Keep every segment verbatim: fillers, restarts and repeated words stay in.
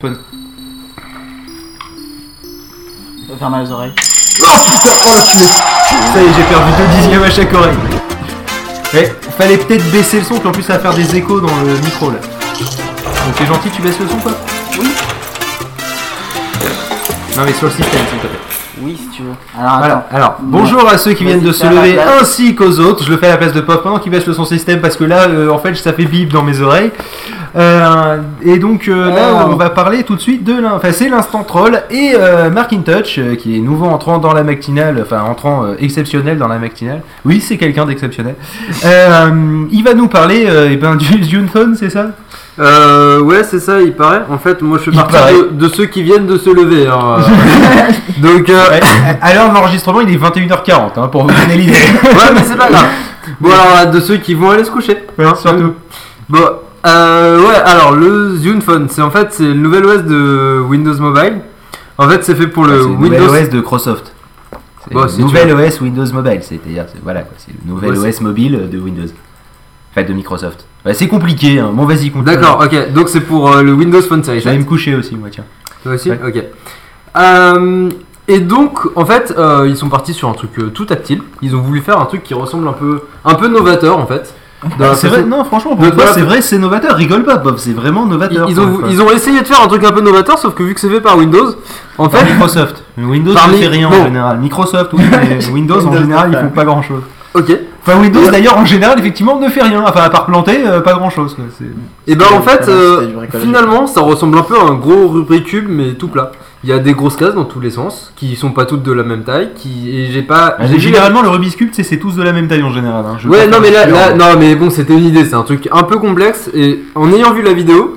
Ça va faire mal aux oreilles. Oh putain, oh l'enculé. Ça y est, j'ai perdu deux dixièmes à chaque oreille. Ouais, fallait peut-être baisser le son, puis en plus ça va faire des échos dans le micro là. Donc t'es gentil, tu baisses le son quoi? Oui. Non mais sur le système s'il te plaît. Oui si tu veux. Alors, voilà. attends. Alors bonjour à ceux qui viennent de se lever ainsi qu'aux autres. Je le fais à la place de Pop pendant qu'il baisse le son système parce que là euh, en fait ça fait bip dans mes oreilles. Euh, et donc euh, là on va parler tout de suite de l'in... enfin c'est l'instant troll et euh, Markintouch euh, qui est nouveau entrant dans la matinale, enfin entrant euh, exceptionnel dans la matinale. Oui c'est quelqu'un d'exceptionnel. euh, il va nous parler euh, et ben du Junephone, c'est ça? Euh, ouais, c'est ça, il paraît. En fait, moi je fais partie de, de ceux qui viennent de se lever. Hein. Donc, euh... ouais, à l'heure de l'enregistrement, il est vingt et une heures quarante, hein, pour vous donner l'idée. Ouais, mais c'est pas grave. Bon, alors, de ceux qui vont aller se coucher. Ouais, hein, surtout. Bon, euh, ouais, alors, le Junephone, c'est en fait, c'est le nouvel O S de Windows Mobile. En fait, c'est fait pour le, ouais, c'est le Windows. nouvel O S de Microsoft. C'est bon, le nouvel O S Windows Mobile, c'est-à-dire, c'est, voilà, quoi, c'est le nouvel ouais, O S mobile de Windows. Enfin, de Microsoft. Ouais, c'est compliqué, hein. Bon, vas-y, continue. D'accord, ok. Donc, c'est pour euh, le Windows Phone Series. J'allais me coucher aussi, moi, tiens. Toi aussi, ouais. Ok. Euh, et donc, en fait, euh, ils sont partis sur un truc euh, tout tactile. Ils ont voulu faire un truc qui ressemble un peu, un peu novateur, en fait. Bah, c'est vrai, non, franchement, pour toi, c'est vrai, c'est novateur. Rigole pas, Bob, c'est vraiment novateur. Ils, ils, ont, ils ont essayé de faire un truc un peu novateur, sauf que vu que c'est fait par Windows, en fait. Par Microsoft. Windows Parmi... ne fait rien non. en général. Microsoft, oui, mais Windows, Windows en général, ils font pas grand chose. Ok. Enfin, Windows d'ailleurs en général effectivement ne fait rien, enfin à part planter, euh, pas grand chose. Quoi. C'est... Et ben en fait, euh, finalement ça ressemble un peu à un gros Rubik's Cube mais tout plat. Il y a des grosses cases dans tous les sens, qui sont pas toutes de la même taille, qui et j'ai pas. Ah, j'ai généralement la... le Rubik's Cube c'est, c'est tous de la même taille en général. Hein. Ouais non mais là, là non mais bon c'était une idée, c'est un truc un peu complexe et en ayant vu la vidéo.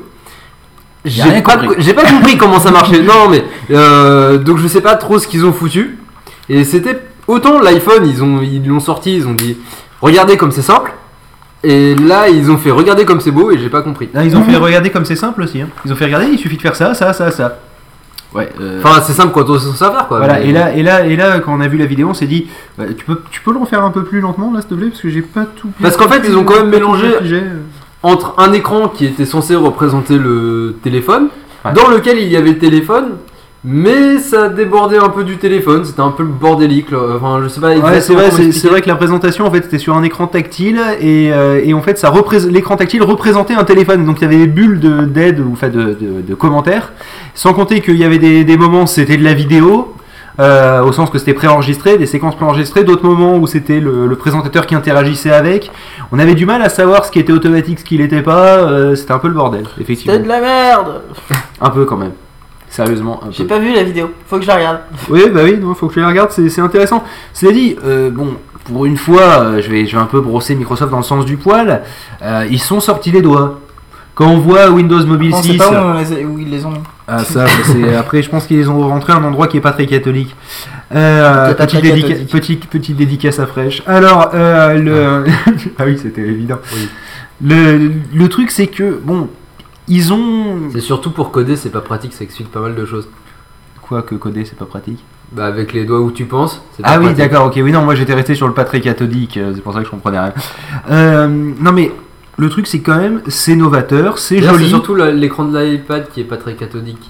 J'ai pas, j'ai pas compris comment ça marchait. Non mais euh, donc je sais pas trop ce qu'ils ont foutu et c'était. Autant l'iPhone, ils ont ils l'ont sorti, ils ont dit regardez comme c'est simple. Et là, ils ont fait regarder comme c'est beau et j'ai pas compris. Là, ils ont fait regarder comme c'est simple aussi. Hein. Ils ont fait regarder, il suffit de faire ça, ça, ça, ça. Ouais. Euh... Enfin, c'est simple quand on sait savoir quoi. Voilà. Mais... Et là, et là, et là, quand on a vu la vidéo, on s'est dit, bah, tu peux, tu peux le refaire un peu plus lentement là, s'il te plaît, parce que j'ai pas tout. Parce qu'en fait, ils ont quand même mélangé entre un écran qui était censé représenter le téléphone, ouais. Dans lequel il y avait le téléphone. Mais ça débordait un peu du téléphone, c'était un peu le bordélique. Là. Enfin, je sais pas. Ouais, c'est vrai, c'est, c'est vrai que la présentation en fait c'était sur un écran tactile et, euh, et en fait ça représ- l'écran tactile représentait un téléphone. Donc il y avait des bulles de d'aide ou enfin de, de, de commentaires. Sans compter qu'il y avait des, des moments où c'était de la vidéo. Euh, au sens que c'était préenregistré, des séquences préenregistrées, d'autres moments où c'était le, le présentateur qui interagissait avec. On avait du mal à savoir ce qui était automatique, ce qui l'était pas. Euh, c'était un peu le bordel, effectivement. C'était de la merde. Un peu quand même. Sérieusement, un peu. J'ai pas vu la vidéo, faut que je la regarde. Oui, bah oui, non, faut que je la regarde, c'est, c'est intéressant. Cela dit, euh, bon, pour une fois, euh, je, vais, je vais un peu brosser Microsoft dans le sens du poil. Euh, ils sont sortis les doigts. Quand on voit Windows Mobile on six. On sait pas où, les, où ils les ont mis. Ah, ça, c'est, après, je pense qu'ils les ont rentrés à un endroit qui est pas très catholique. Euh, petite, très dédica- petite, petite dédicace à fraîche. Alors, euh, le. Ah oui, c'était évident. Oui. Le, le truc, c'est que, bon. Ils ont. C'est surtout pour coder, c'est pas pratique, ça explique pas mal de choses. Quoi que coder, c'est pas pratique? Bah avec les doigts où tu penses. C'est pas ah pratique. Oui, d'accord, ok. Oui, non, moi j'étais resté sur le pas très cathodique, c'est pour ça que je comprenais rien. Euh, non mais le truc c'est quand même, c'est novateur, c'est D'ailleurs, joli. C'est surtout la, l'écran de l'iPad qui est pas très cathodique.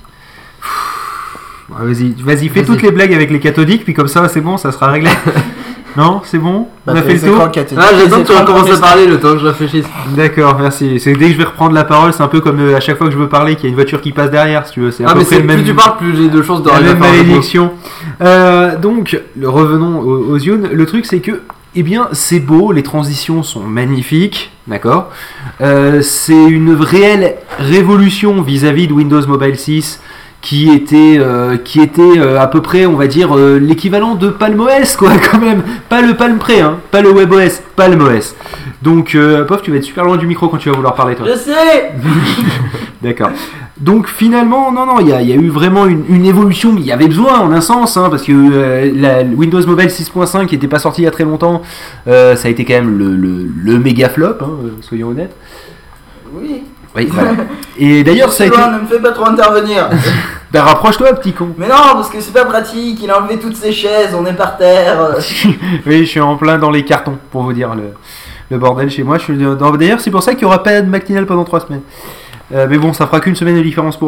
Ouais, vas-y, vas-y, fais vas-y. toutes les blagues avec les cathodiques, puis comme ça c'est bon, ça sera réglé. Non, c'est bon. Bah, on a fait le tour. Ah, j'attends que tu recommences à parler le temps que je réfléchisse. D'accord, merci. C'est dès que je vais reprendre la parole, c'est un peu comme euh, à chaque fois que je veux parler, qu'il y a une voiture qui passe derrière, si tu veux. C'est à ah, peu mais près c'est, le même. plus tu parles, plus j'ai de chances de la même faire malédiction. Euh, donc, le, revenons aux, aux Zune. Le truc, c'est que, eh bien, c'est beau, les transitions sont magnifiques, d'accord. Euh, c'est une réelle révolution vis-à-vis de Windows Mobile six. Qui était, euh, qui était euh, à peu près, on va dire, euh, l'équivalent de PalmOS, quoi, quand même. Pas le Palm Pre, hein, pas le WebOS, PalmOS. Donc, euh, Pof, tu vas être super loin du micro quand tu vas vouloir parler, toi. Je sais. D'accord. Donc, finalement, non, non, il y, y a eu vraiment une, une évolution, mais il y avait besoin, en un sens, hein, parce que euh, la Windows Mobile six point cinq, qui n'était pas sorti il y a très longtemps, euh, ça a été quand même le, le, le méga flop, hein, soyons honnêtes. Oui. Oui, voilà. Et d'ailleurs, ça a été. Ne me fais pas trop intervenir. Ben, rapproche-toi, petit con. Mais non, parce que c'est pas pratique. Il a enlevé toutes ses chaises, on est par terre. Oui, je suis en plein dans les cartons, pour vous dire le, le bordel chez moi. Je suis dans... D'ailleurs, c'est pour ça qu'il n'y aura pas de matinale pendant trois semaines. Euh, mais bon, ça fera qu'une semaine de différence pour eux.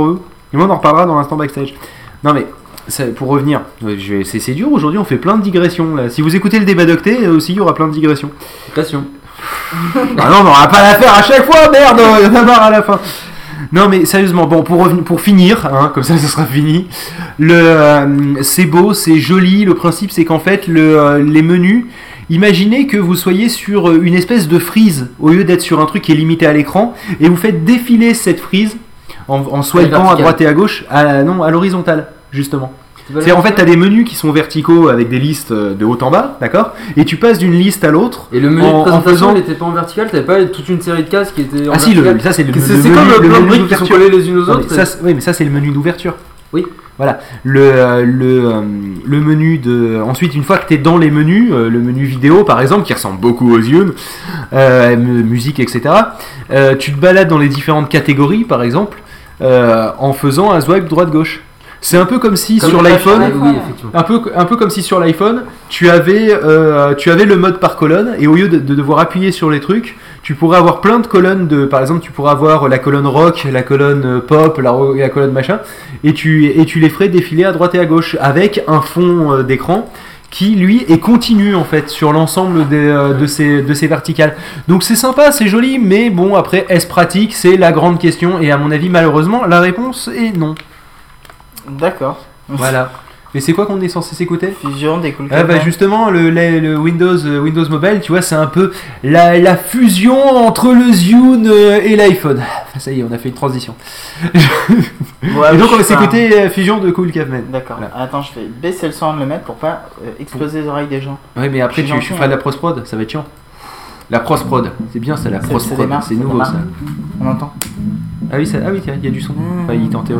Et moi, on en reparlera dans l'instant backstage. Non mais, ça, pour revenir, je vais, c'est, c'est dur aujourd'hui, on fait plein de digressions là. Si vous écoutez le débat d'Octet, aussi il y aura plein de digressions. Passion. Ah non, mais on va pas la faire à chaque fois, merde, il y en a marre à la fin. Non mais sérieusement, bon pour revenir, pour finir, hein, comme ça ce sera fini. Le, euh, c'est beau, c'est joli. Le principe c'est qu'en fait le, euh, les menus, imaginez que vous soyez sur une espèce de frise au lieu d'être sur un truc qui est limité à l'écran, et vous faites défiler cette frise en, en swipant à droite et à gauche, à, non à l'horizontale justement. C'est en fait tu as des menus qui sont verticaux avec des listes de haut en bas, d'accord, et tu passes d'une liste à l'autre. Et le menu en, de présentation, en faisant... il était pas en vertical, t'avais pas toute une série de cases qui étaient en ah vertical. si, le, ça c'est le, c'est, le c'est menu, comme le, le plein de menu briques qui sont collées les unes aux non, autres. mais ça, oui, mais ça c'est le menu d'ouverture. Oui. Voilà, le, euh, le, euh, le menu de... Ensuite, une fois que tu es dans les menus, euh, le menu vidéo par exemple, qui ressemble beaucoup aux Zune, euh, m- musique, et cetera, euh, tu te balades dans les différentes catégories par exemple, euh, en faisant un swipe droite-gauche. C'est un peu comme si Comme sur le l'iPhone, flash, oui, effectivement. un peu, un peu comme si sur l'iPhone, tu avais, euh, tu avais le mode par colonne, et au lieu de, de devoir appuyer sur les trucs, tu pourrais avoir plein de colonnes de, par exemple, tu pourrais avoir la colonne rock, la colonne pop, la, la colonne machin, et tu, et tu les ferais défiler à droite et à gauche avec un fond euh, d'écran qui lui est continu en fait sur l'ensemble des, euh, de, ces, de ces verticales. Donc c'est sympa, c'est joli, mais bon après est-ce pratique, c'est la grande question, et à mon avis malheureusement la réponse est non. D'accord. Voilà. Mais c'est quoi qu'on est censé s'écouter ? Fusion des cool Ah bah justement, le, le, le Windows, euh, Windows Mobile, tu vois, c'est un peu la, la fusion entre le Zune euh, et l'iPhone. Enfin, ça y est, on a fait une transition. Ouais, et donc je on va sais pas. s'écouter euh, Fusion de Cool Caveman. D'accord. Voilà. Attends, je vais baisser le son de le mettre pour pas euh, exploser les oreilles des gens. Ouais, mais après Je tu, suis tu gentil, feras de hein. la prosprod, ça va être chiant. La prosprod, c'est bien ça, la C'est- prosprod, c'est des marques, c'est c'est nouveau des ça. marques. On entend. Ah oui, ça, ah oui, tiens, il y a du son. Mmh. Enfin, il est en théorie.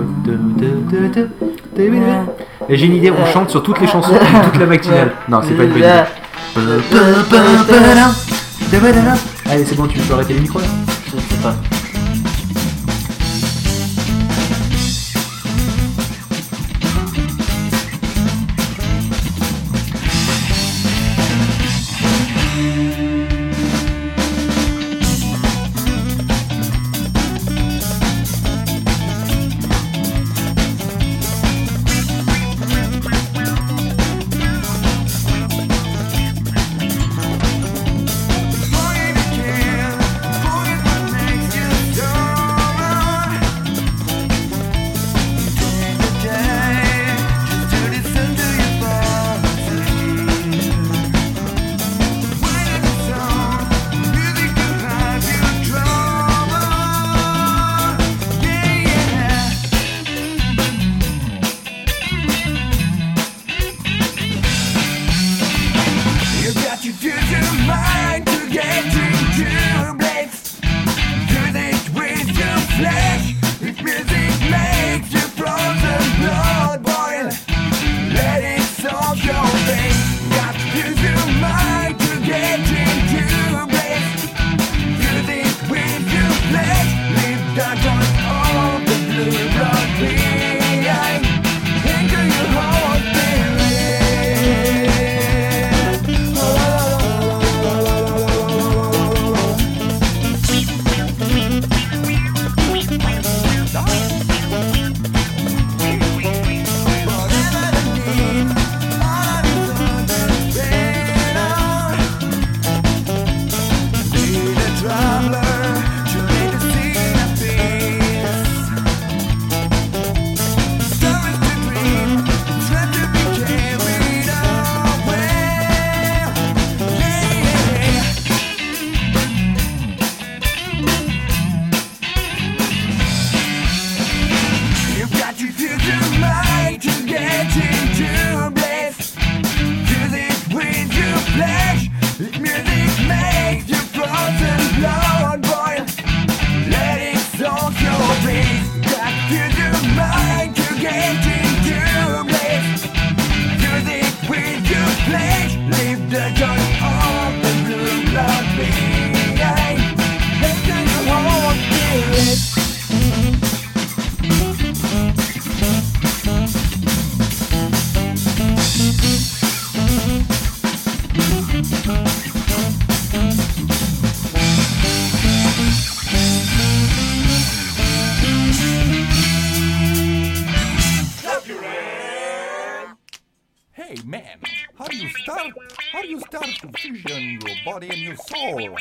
Et j'ai une idée, on chante sur toutes les chansons, toute la matinale. Non, c'est pas une bonne idée. Allez, c'est bon, tu peux arrêter les micros là. Je sais pas. man, how do you start? How do you start to fusion your body and your soul?